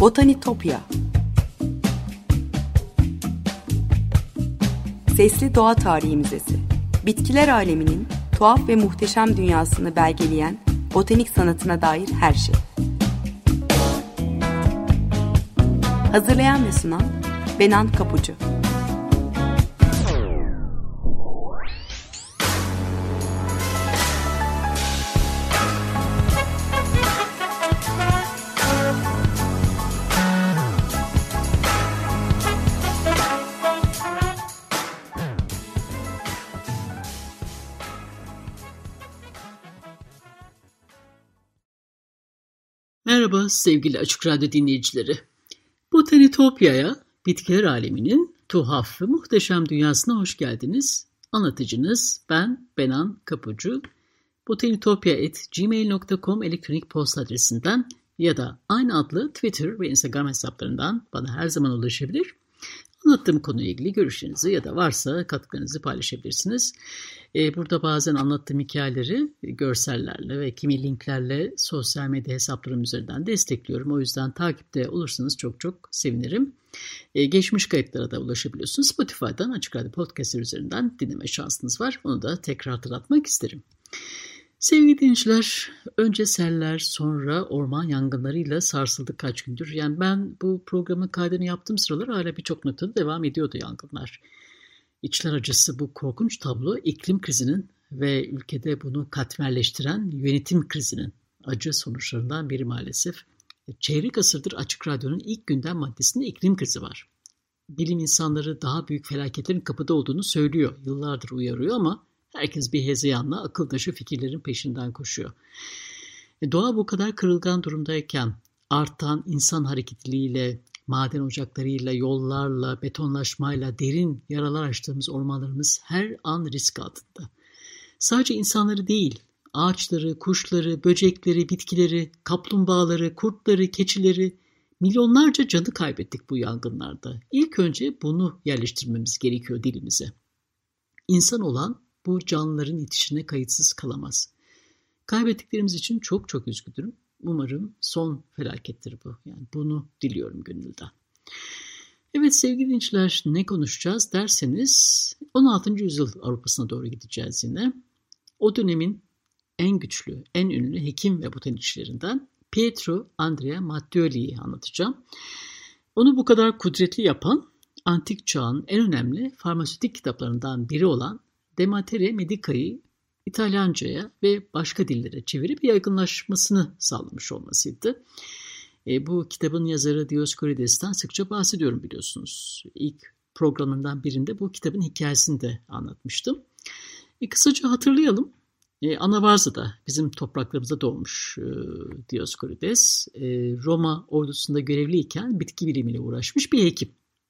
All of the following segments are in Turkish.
Botanitopya. Sesli Doğa Tarihi Müzesi. Bitkiler aleminin tuhaf ve muhteşem dünyasını belgeleyen botanik sanatına dair her şey. Hazırlayan ve sunan Benan Kapucu. Merhaba sevgili Açık Radyo dinleyicileri. Botanitopya'ya, bitkiler aleminin tuhaf ve muhteşem dünyasına hoş geldiniz. Anlatıcınız ben Benan Kapucu. botanitopya@gmail.com elektronik posta adresinden ya da aynı adlı Twitter ve Instagram hesaplarından bana her zaman ulaşabilir. Anlattığım konuyla ilgili görüşlerinizi ya da varsa katkılarınızı paylaşabilirsiniz. Burada bazen anlattığım hikayeleri görsellerle ve kimi linklerle sosyal medya hesaplarım üzerinden destekliyorum. O yüzden takipte olursanız çok çok sevinirim. Geçmiş kayıtlara da ulaşabiliyorsunuz. Spotify'dan Açık Radyo Podcast'ler üzerinden dinleme şansınız var. Onu da tekrar hatırlatmak isterim. Sevgili dinleyiciler, önce seller, sonra orman yangınlarıyla sarsıldık kaç gündür. Yani ben bu programın kaydını yaptığım sıralar hala birçok noktada devam ediyordu yangınlar. İçler acısı bu korkunç tablo iklim krizinin ve ülkede bunu katmerleştiren yönetim krizinin acı sonuçlarından biri maalesef. Çeyrek asırdır Açık Radyo'nun ilk gündem maddesinde iklim krizi var. Bilim insanları daha büyük felaketlerin kapıda olduğunu söylüyor, yıllardır uyarıyor ama herkes bir hezeyanla akıl dışı fikirlerin peşinden koşuyor. Doğa bu kadar kırılgan durumdayken artan insan hareketliliğiyle, maden ocaklarıyla, yollarla, betonlaşmayla derin yaralar açtığımız ormanlarımız her an risk altında. Sadece insanları değil, ağaçları, kuşları, böcekleri, bitkileri, kaplumbağaları, kurtları, keçileri, milyonlarca canı kaybettik bu yangınlarda. İlk önce bunu yerleştirmemiz gerekiyor dilimize. İnsan olan bu canlıların yetişine kayıtsız kalamaz. Kaybettiklerimiz için çok çok üzgünüm. Umarım son felakettir bu. Yani bunu diliyorum gönülden. Evet sevgili dinleyiciler, ne konuşacağız derseniz 16. yüzyıl Avrupa'sına doğru gideceğiz yine. O dönemin en güçlü, en ünlü hekim ve botanikçilerinden Pietro Andrea Mattioli'yi anlatacağım. Onu bu kadar kudretli yapan antik çağın en önemli farmasötik kitaplarından biri olan De Materia Medica'yı İtalyanca'ya ve başka dillere çevirip yaygınlaşmasını sağlamış olmasıydı. Bu kitabın yazarı Dioscorides'ten sıkça bahsediyorum biliyorsunuz. İlk programından birinde bu kitabın hikayesini de anlatmıştım. Kısaca hatırlayalım. Anavarza'da bizim topraklarımızda doğmuş Dioscorides. Roma ordusunda görevliyken bitki bilimiyle uğraşmış bir hekim.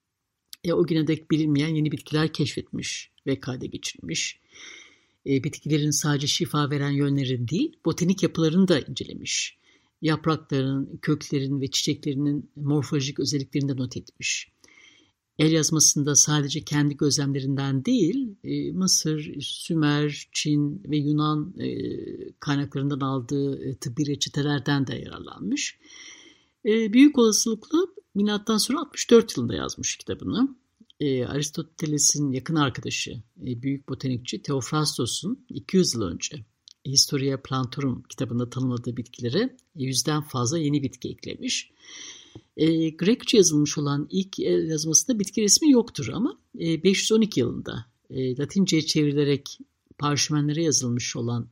O güne dek bilinmeyen yeni bitkiler keşfetmiş ve kayda geçirmiş. Bitkilerin sadece şifa veren yönlerini değil, botanik yapılarını da incelemiş. Yaprakların, köklerin ve çiçeklerinin morfolojik özelliklerini de not etmiş. El yazmasında sadece kendi gözlemlerinden değil, Mısır, Sümer, Çin ve Yunan kaynaklarından aldığı tıbbi reçetelerden de yararlanmış. Büyük olasılıkla milattan sonra 64 yılında yazmış kitabını. Aristoteles'in yakın arkadaşı, büyük botanikçi Theophrastos'un 200 yıl önce Historia Plantarum kitabında tanımladığı bitkilere 100'den fazla yeni bitki eklemiş. Grekçe yazılmış olan ilk el yazmasında bitki resmi yoktur ama 512 yılında Latince'ye çevrilerek parşömenlere yazılmış olan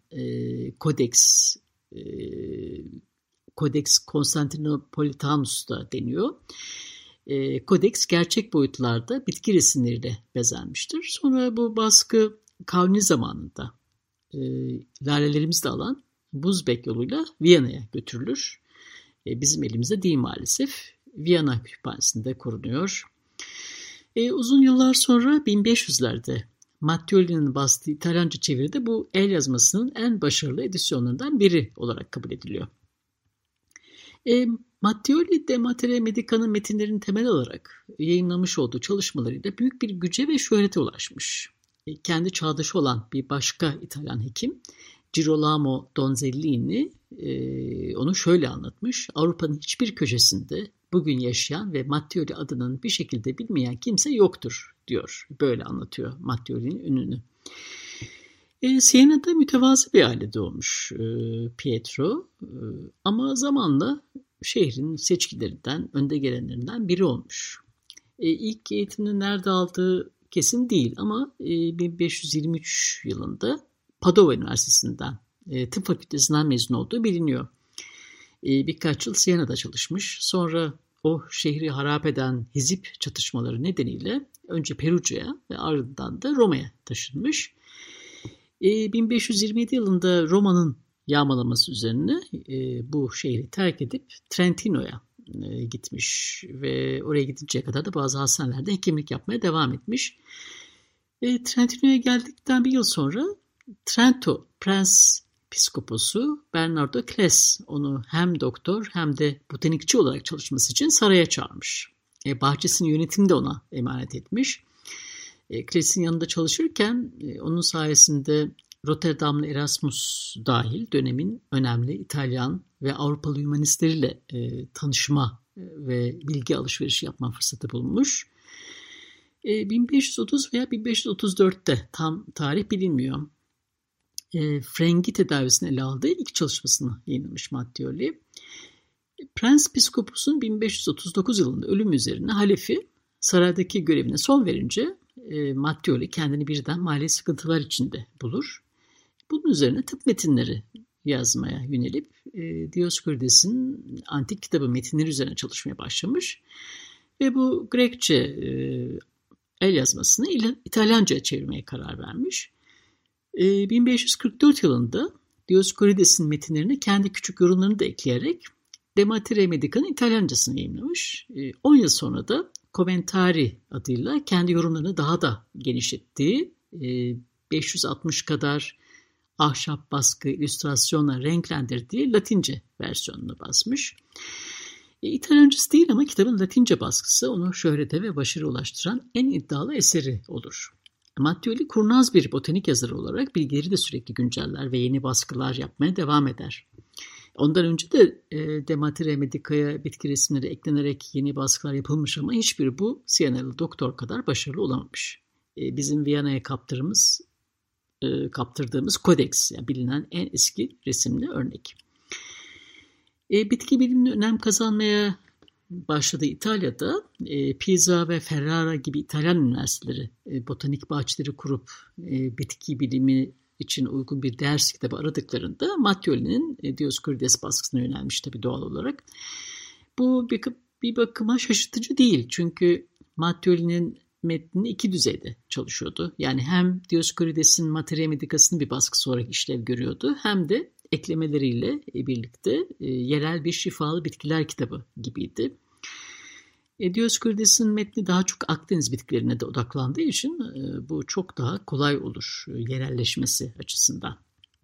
Codex Constantinopolitanus da deniyor. Kodeks gerçek boyutlarda bitki resimleriyle bezenmiştir. Sonra bu baskı Kanuni zamanında lalelerimizi de alan Buzbek yoluyla Viyana'ya götürülür. Bizim elimizde değil maalesef. Viyana kütüphanesinde korunuyor. Uzun yıllar sonra 1500'lerde Mattioli'nin bastığı İtalyanca çeviride bu el yazmasının en başarılı edisyonlarından biri olarak kabul ediliyor. Mattioli De Materia Medica'nın metinlerini temel alarak yayınlamış olduğu çalışmalarıyla büyük bir güce ve şöhrete ulaşmış. Kendi çağdaşı olan bir başka İtalyan hekim Girolamo Donzellini onu şöyle anlatmış. Avrupa'nın hiçbir köşesinde bugün yaşayan ve Mattioli adının bir şekilde bilmeyen kimse yoktur diyor. Böyle anlatıyor Mattioli'nin ününü. Siena'da mütevazı bir aile doğmuş Pietro ama zamanla şehrin seçkilerinden, önde gelenlerinden biri olmuş. İlk eğitimini nerede aldığı kesin değil ama 1523 yılında Padova Üniversitesi'nden, tıp fakültesinden mezun olduğu biliniyor. Birkaç yıl Siena'da çalışmış. Sonra o şehri harap eden Hizip çatışmaları nedeniyle önce Perugia'ya ve ardından da Roma'ya taşınmış. 1527 yılında Roma'nın yağmalaması üzerine bu şehri terk edip Trentino'ya gitmiş ve oraya gidinceye kadar da bazı hastanelerde hekimlik yapmaya devam etmiş. Trentino'ya geldikten bir yıl sonra Trento Prens Piskoposu Bernardo Claes onu hem doktor hem de botanikçi olarak çalışması için saraya çağırmış. Bahçesinin yönetimini de ona emanet etmiş. Claes'in yanında çalışırken onun sayesinde Rotterdamlı Erasmus dahil dönemin önemli İtalyan ve Avrupalı hümanistleriyle tanışma ve bilgi alışverişi yapma fırsatı bulmuş. 1530 veya 1534'te tam tarih bilinmiyor. Frengi tedavisini ele aldığı ilk çalışmasını yayınlamış Mattioli. Prens Piskopos'un 1539 yılında ölüm üzerine halefi saraydaki görevine son verince Mattioli kendini birden mali sıkıntılar içinde bulur. Bunun üzerine tıp metinleri yazmaya yönelip Dioscorides'in antik kitabı metinleri üzerine çalışmaya başlamış. Ve bu Grekçe el yazmasını İtalyanca'ya çevirmeye karar vermiş. 1544 yılında Dioscorides'in metinlerine kendi küçük yorumlarını da ekleyerek De Materia Medica'nın İtalyancasını yayımlamış. 10 yıl sonra da Commentari adıyla kendi yorumlarını daha da genişlettiği 560 kadar ahşap baskı, illüstrasyonla renklendirdiği Latince versiyonunu basmış. İtalyancası değil ama kitabın Latince baskısı onu şöhrete ve başarı ulaştıran en iddialı eseri olur. Mattioli kurnaz bir botanik yazarı olarak bilgileri de sürekli günceller ve yeni baskılar yapmaya devam eder. Ondan önce de De Materia Medica'ya bitki resimleri eklenerek yeni baskılar yapılmış ama hiçbiri bu Siena'lı doktor kadar başarılı olamamış. Bizim Viyana'ya kaptırdığımız Kodeks, yani bilinen en eski resimli örnek. Bitki bilimine önem kazanmaya başladığı İtalya'da Pisa ve Ferrara gibi İtalyan üniversiteleri botanik bahçeleri kurup bitki bilimi için uygun bir ders kitabı aradıklarında Mattioli'nin Dioscorides baskısına yönelmiş tabii doğal olarak. Bu bir bakıma şaşırtıcı değil çünkü Mattioli'nin metnini iki düzeyde çalışıyordu. Yani hem Dioscorides'in Materia Medica'sının bir baskısı olarak işlev görüyordu hem de eklemeleriyle birlikte yerel bir şifalı bitkiler kitabı gibiydi. Dioscorides'in metni daha çok Akdeniz bitkilerine de odaklandığı için bu çok daha kolay olur yerelleşmesi açısından.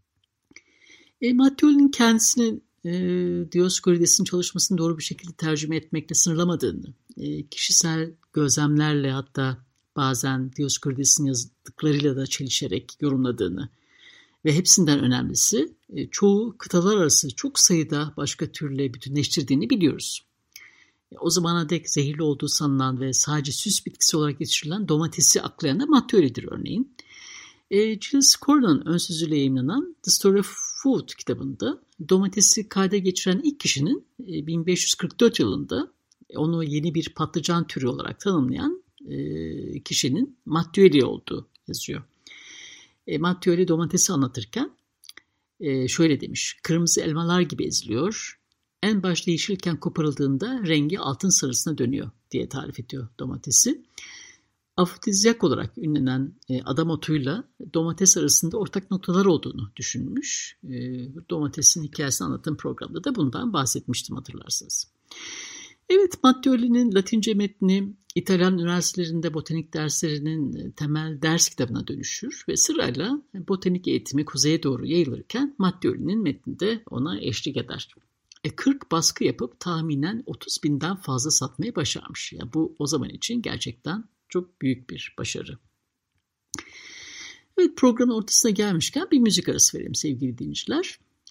Mattioli'nin kendisini Dioscorides'in çalışmasını doğru bir şekilde tercüme etmekle sınırlamadığını, kişisel gözlemlerle hatta bazen Dioscorides'in yazdıklarıyla da çelişerek yorumladığını ve hepsinden önemlisi çoğu kıtalar arası çok sayıda başka türle bütünleştirdiğini biliyoruz. O zamana dek zehirli olduğu sanılan ve sadece süs bitkisi olarak yetiştirilen domatesi aklayan da Mattioli'dir örneğin. Giles Corden'ın ön sözüyle yayımlanan The Story of Food kitabında domatesi kayda geçiren ilk kişinin 1544 yılında onu yeni bir patlıcan türü olarak tanımlayan kişinin Mattioli olduğu yazıyor. Mattioli domatesi anlatırken şöyle demiş: kırmızı elmalar gibi eziliyor, en başta yeşilken koparıldığında rengi altın sarısına dönüyor diye tarif ediyor domatesi. Afrodizyak olarak ünlenen adam otuyla domates arasında ortak noktalar olduğunu düşünmüş. Domatesin hikayesini anlattığım programda da bundan bahsetmiştim hatırlarsınız. Evet, Mattioli'nin Latince metni İtalyan üniversitelerinde botanik derslerinin temel ders kitabına dönüşür ve sırayla botanik eğitimi kuzeye doğru yayılırken Mattioli'nin metni de ona eşlik eder. 40 baskı yapıp tahminen 30.000'den fazla satmayı başarmış. Yani bu o zaman için gerçekten çok büyük bir başarı. Evet, programın ortasına gelmişken bir müzik arası verelim sevgili dinleyiciler.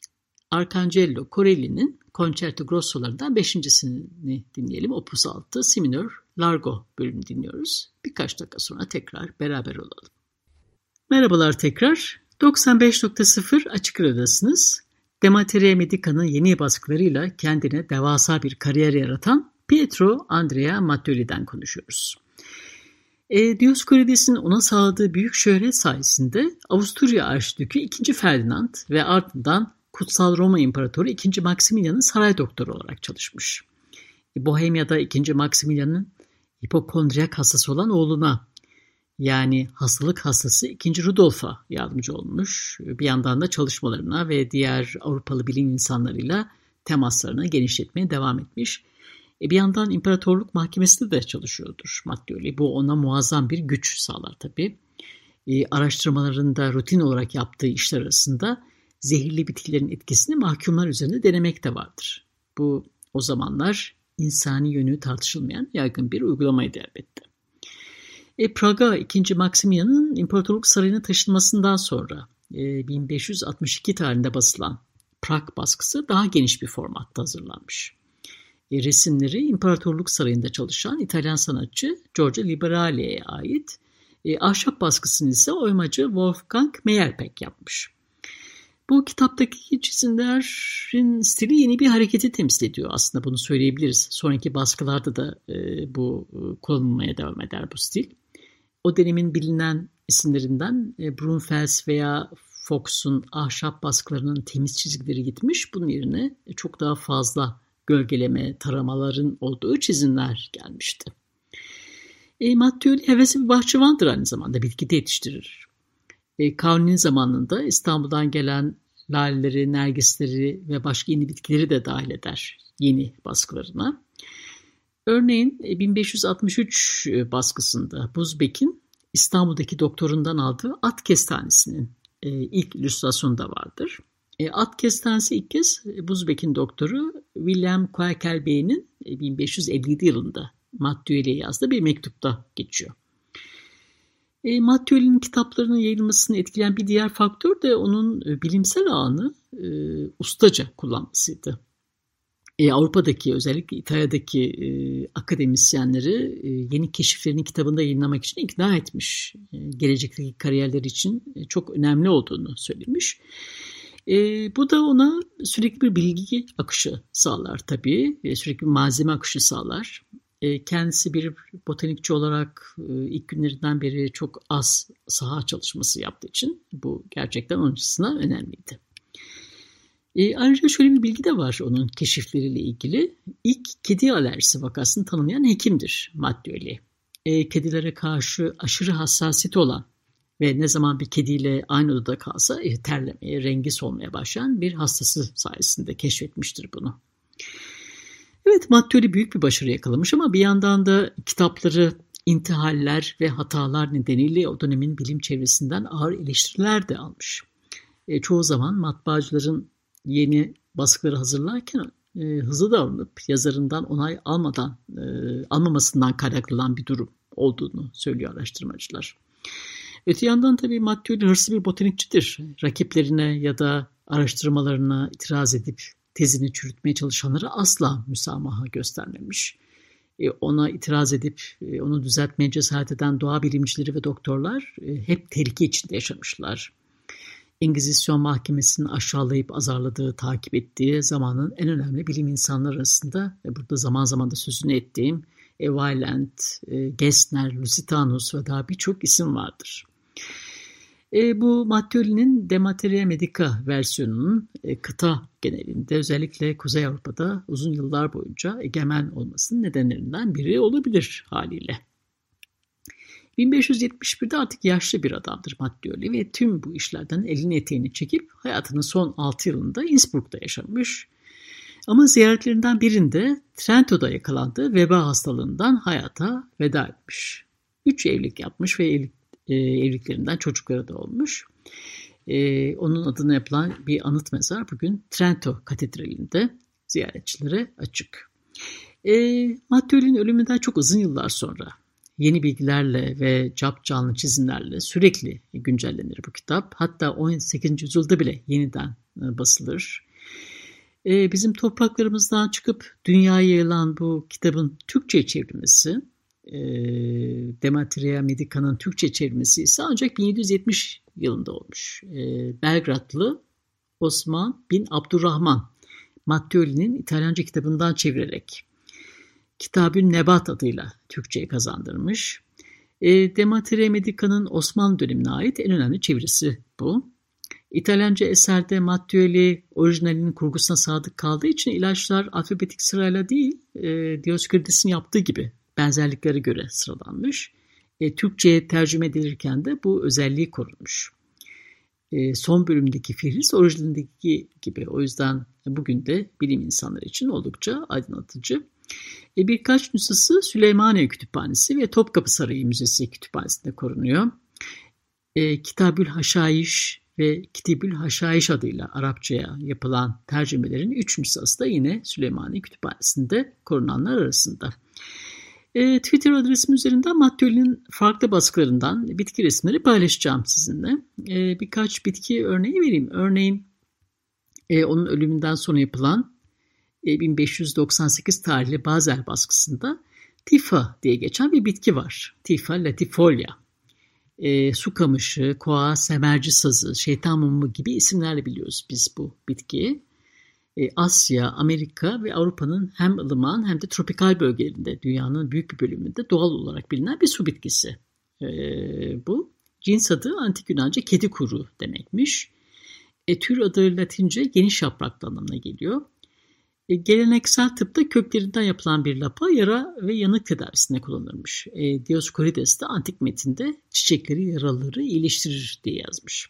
Arcangelo Corelli'nin Concerto Grosso'larından 5.sini dinleyelim. Opus 6, Si minör, Largo bölümünü dinliyoruz. Birkaç dakika sonra tekrar beraber olalım. Merhabalar tekrar. 95.0 Açık Radyo'dasınız. Demateria Medica'nın yeni baskılarıyla kendine devasa bir kariyer yaratan Pietro Andrea Mattioli'den konuşuyoruz. Dioscorides'in ona sağladığı büyük şöhret sayesinde Avusturya Arşidükü 2. Ferdinand ve ardından Kutsal Roma İmparatoru 2. Maximilian'ın saray doktoru olarak çalışmış. Bohemya'da 2. Maximilian'ın hipokondriyak hastası olan oğluna, yani hastalık hastası 2. Rudolf'a yardımcı olmuş. Bir yandan da çalışmalarına ve diğer Avrupalı bilim insanlarıyla temaslarını genişletmeye devam etmiş. Bir yandan imparatorluk mahkemesinde de çalışıyordur Mattioli. Bu ona muazzam bir güç sağlar tabii. Araştırmalarında rutin olarak yaptığı işler arasında zehirli bitkilerin etkisini mahkumlar üzerinde denemek de vardır. Bu o zamanlar insani yönü tartışılmayan yaygın bir uygulamaydı elbette. Praga 2. Maximilian'ın imparatorluk sarayına taşınmasından sonra 1562 tarihinde basılan Prag baskısı daha geniş bir formatta hazırlanmış. Resimleri imparatorluk sarayında çalışan İtalyan sanatçı Giorgio Liberali'ye ait. Ahşap baskısını ise oymacı Wolfgang Meyerbeck yapmış. Bu kitaptaki çizimlerin stili yeni bir hareketi temsil ediyor aslında, bunu söyleyebiliriz. Sonraki baskılarda da bu kullanılmaya devam eder bu stil. O dönemin bilinen isimlerinden Brunfels veya Fox'un ahşap baskılarının temiz çizgileri gitmiş. Bunun yerine çok daha fazla gölgeleme, taramaların olduğu çizimler gelmişti. Mattioli hevesli bir bahçıvandır, aynı zamanda bitki de yetiştirir. Kanuni zamanında İstanbul'dan gelen laleleri, nergisleri ve başka yeni bitkileri de dahil eder yeni baskılarına. Örneğin 1563 baskısında Buzbek'in İstanbul'daki doktorundan aldığı at kestanesinin ilk illüstrasyonu da vardır. At kestanesi ilk kez Buzbek'in doktoru William Quaker Bey'in 1557 yılında Mattioli'ye yazdığı bir mektupta geçiyor. Mattioli'nin kitaplarının yayılmasını etkileyen bir diğer faktör de onun bilimsel ağını ustaca kullanmasıydı. Avrupa'daki, özellikle İtalya'daki akademisyenleri yeni keşiflerini kitabında yayınlamak için ikna etmiş. Gelecekteki kariyerleri için çok önemli olduğunu söylemiş. Bu da ona sürekli bir bilgi akışı sağlar tabii. Sürekli bir malzeme akışı sağlar. Kendisi bir botanikçi olarak ilk günlerinden beri çok az saha çalışması yaptığı için bu gerçekten onun açısından önemliydi. Ayrıca şöyle bir bilgi de var onun keşifleriyle ilgili. İlk kedi alerjisi vakasını tanımlayan hekimdir Mattioli. Kedilere karşı aşırı hassasiyeti olan ve ne zaman bir kediyle aynı odada kalsa terlemeye, rengi solmaya başlayan bir hastası sayesinde keşfetmiştir bunu. Evet, Mattioli büyük bir başarı yakalamış ama bir yandan da kitapları intihaller ve hatalar nedeniyle o dönemin bilim çevresinden ağır eleştiriler de almış. Çoğu zaman matbaacıların yeni baskıları hazırlarken hızlı davranıp yazarından onay almamasından kaynaklanan bir durum olduğunu söylüyor araştırmacılar. Öte yandan tabii Mattioli hırslı bir botanikçidir. Rakiplerine ya da araştırmalarına itiraz edip tezini çürütmeye çalışanlara asla müsamaha göstermemiş. Ona itiraz edip onu düzeltmeye cesaret eden doğa bilimcileri ve doktorlar hep tehlike içinde yaşamışlar. Engizisyon mahkemesinin aşağılayıp azarladığı, takip ettiği zamanın en önemli bilim insanları arasında burada zaman zaman da sözünü ettiğim Weiland, Gessner, Lusitanus ve daha birçok isim vardır. Bu Mattioli'nin De Materia Medica versiyonunun kıta genelinde, özellikle Kuzey Avrupa'da uzun yıllar boyunca egemen olmasının nedenlerinden biri olabilir haliyle. 1571'de artık yaşlı bir adamdır Mattioli ve tüm bu işlerden elini eteğini çekip hayatının son 6 yılında Innsbruck'ta yaşamış. Ama ziyaretlerinden birinde Trento'da yakalandığı veba hastalığından hayata veda etmiş. 3 evlilik yapmış ve evliliklerinden çocukları da olmuş. Onun adına yapılan bir anıt mezar bugün Trento Katedrali'nde ziyaretçilere açık. Mattioli'nin ölümünden çok uzun yıllar sonra yeni bilgilerle ve capcanlı çizimlerle sürekli güncellenir bu kitap. Hatta 18. yüzyılda bile yeniden basılır. Bizim topraklarımızdan çıkıp dünyaya yayılan bu kitabın Türkçe çevrilmesi, Demetria Medica'nın Türkçe çevirmesi ise ancak 1770 yılında olmuş. Belgradlı Osman bin Abdurrahman Mattioli'nin İtalyanca kitabından çevirerek Kitab-ı Nebat adıyla Türkçe'ye kazandırmış. Demetria Medica'nın Osmanlı dönemine ait en önemli çevirisi bu. İtalyanca eserde Mattioli orijinalinin kurgusuna sadık kaldığı için ilaçlar alfabetik sırayla değil, Dioskürides'in yaptığı gibi benzerliklere göre sıralanmış. Türkçe'ye tercüme edilirken de bu özelliği korunmuş. Son bölümdeki fihris orijinalindeki gibi. O yüzden bugün de bilim insanları için oldukça aydınlatıcı. Birkaç nüshası Süleymaniye Kütüphanesi ve Topkapı Sarayı Müzesi Kütüphanesi'nde korunuyor. Kitabül Haşayiş ve Kitibül Haşayiş adıyla Arapçaya yapılan tercümelerin 3 nüshası da yine Süleymaniye Kütüphanesi'nde korunanlar arasında. Twitter adresim üzerinden Mattioli'nin farklı baskılarından bitki resimleri paylaşacağım sizinle. Birkaç bitki örneği vereyim. Örneğin onun ölümünden sonra yapılan 1598 tarihli Basel baskısında Tifa diye geçen bir bitki var. Tifa latifolia. Su kamışı, koa, semerci sazı, şeytan mumu gibi isimlerle biliyoruz biz bu bitkiyi. Asya, Amerika ve Avrupa'nın hem ılıman hem de tropikal bölgelerinde dünyanın büyük bir bölümünde doğal olarak bilinen bir su bitkisi. Bu cins adı Antik Yunanca kedi kuru demekmiş. Tür adı Latince geniş yapraklı anlamına geliyor. Geleneksel tıpta köklerinden yapılan bir lapa yara ve yanık tedavisinde kullanılmış. Dioskurides de antik metinde çiçekleri yaraları iyileştirir diye yazmış.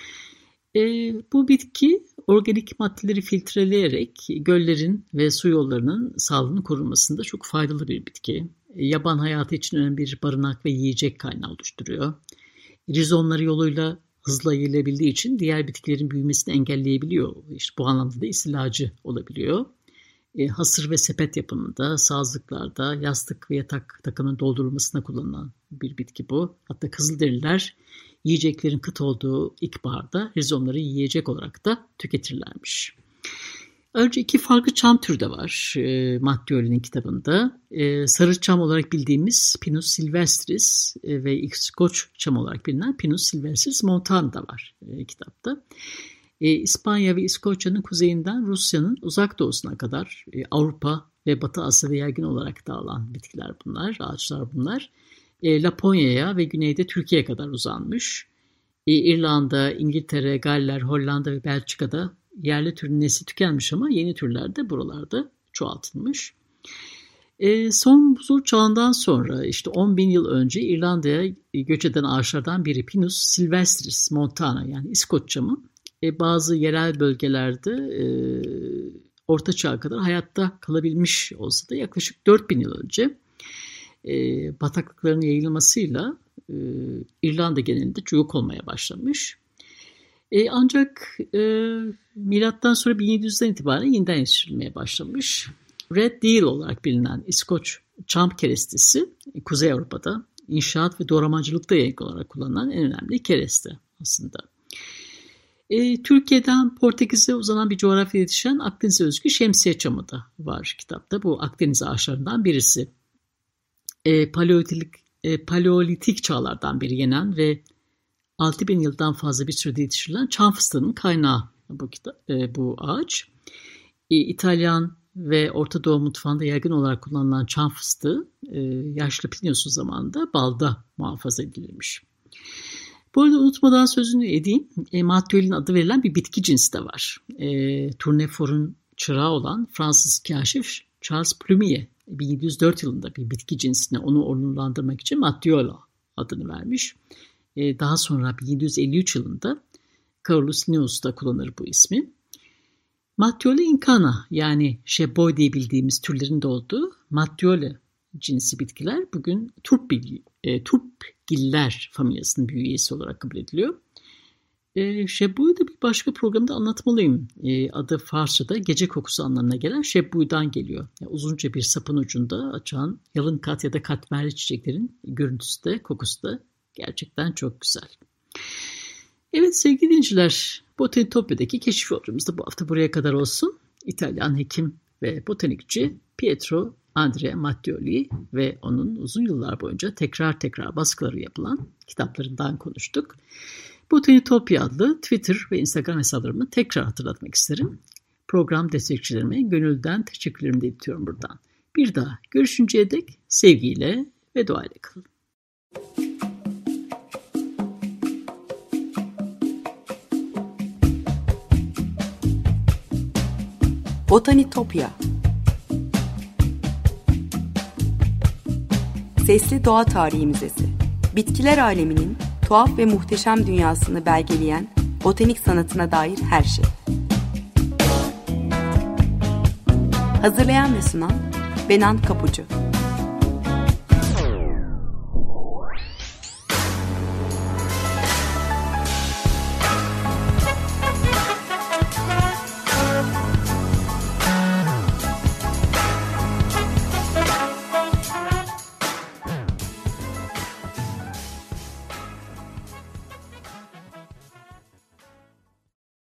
Bu bitki organik maddeleri filtreleyerek göllerin ve su yollarının sağlığının korunmasında çok faydalı bir bitki. Yaban hayatı için önemli bir barınak ve yiyecek kaynağı oluşturuyor. Rizomları yoluyla hızla yayılabildiği için diğer bitkilerin büyümesini engelleyebiliyor. İşte bu anlamda da istilacı olabiliyor. Hasır ve sepet yapımında, sazlıklarda, yastık ve yatak takımının doldurulmasına kullanılan bir bitki bu. Hatta Kızılderililer yiyeceklerin kıt olduğu ilkbaharda rizomları yiyecek olarak da tüketirlermiş. Ayrıca 2 farklı çam türü de var Mattioli'nin kitabında. Sarı çam olarak bildiğimiz Pinus sylvestris ve İskoç çam olarak bilinen Pinus sylvestris montana da var kitapta. İspanya ve İskoçya'nın kuzeyinden Rusya'nın uzak doğusuna kadar Avrupa ve Batı Asya'da yaygın olarak dağılan bitkiler bunlar, ağaçlar bunlar. Laponya'ya ve güneyde Türkiye'ye kadar uzanmış. İrlanda, İngiltere, Galler, Hollanda ve Belçika'da yerli türün nesli tükenmiş ama yeni türler de buralarda çoğaltılmış. Son buzul çağından sonra işte 10.000 yıl önce İrlanda'ya göç eden ağaçlardan biri Pinus sylvestris montana yani İskoç çamı bazı yerel bölgelerde Orta Çağ'a kadar hayatta kalabilmiş olsa da yaklaşık 4.000 yıl önce bataklıkların yayılmasıyla İrlanda genelinde yok olmaya başlamış. Ancak milattan sonra 1700'den itibaren yeniden yetiştirilmeye başlamış. Red Deal olarak bilinen İskoç çam kerestesi Kuzey Avrupa'da inşaat ve doğramacılıkta yaygın olarak kullanılan en önemli kereste aslında. Türkiye'den Portekiz'e uzanan bir coğrafyada yetişen Akdeniz'e özgü şemsiye çamı da var kitapta. Bu Akdeniz ağaçlarından birisi. Paleolitik çağlardan beri yenen ve 6.000 yıldan fazla bir sürede yetiştirilen çam fıstığının kaynağı bu ağaç. İtalyan ve Orta Doğu mutfağında yaygın olarak kullanılan çam fıstığı yaşlı Plinius'un zamanında balda muhafaza edilmiş. Bu arada unutmadan sözünü edeyim. Mattioli'nin adı verilen bir bitki cinsi de var. Tournefort'un çırağı olan Fransız kaşif Charles Plumier 1704 yılında bir bitki cinsine onu onurlandırmak için Mattiola adını vermiş. Daha sonra 1753 yılında Carolus Linnaeus da kullanır bu ismi. Mattiola incana yani şebboy diye bildiğimiz türlerin de olduğu Mattiola cinsi bitkiler bugün turpgiller familyasının bir üyesi olarak kabul ediliyor. Şebbuyu da bir başka programda anlatmalıyım. Adı Farsça'da gece kokusu anlamına gelen şebbuydan geliyor. Yani uzunca bir sapın ucunda açan yalın kat ya da katmerli çiçeklerin görüntüsü de kokusu da gerçekten çok güzel. Evet sevgili dinleyiciler, Botanitopya'daki keşif yolculuğumuz da bu hafta buraya kadar olsun. İtalyan hekim ve botanikçi Pietro Andrea Mattioli ve onun uzun yıllar boyunca tekrar baskıları yapılan kitaplarından konuştuk. Botanitopya adlı Twitter ve Instagram hesaplarımı tekrar hatırlatmak isterim. Program destekçilerime gönülden teşekkürlerimi de iletiyorum buradan. Bir daha görüşünceye dek sevgiyle ve duayla kalın. Botanitopya. Sesli Doğa Tarihi Müzesi. Bitkiler aleminin tuhaf ve muhteşem dünyasını belgeleyen botanik sanatına dair her şey. Hazırlayan ve sunan Benan Kapucu.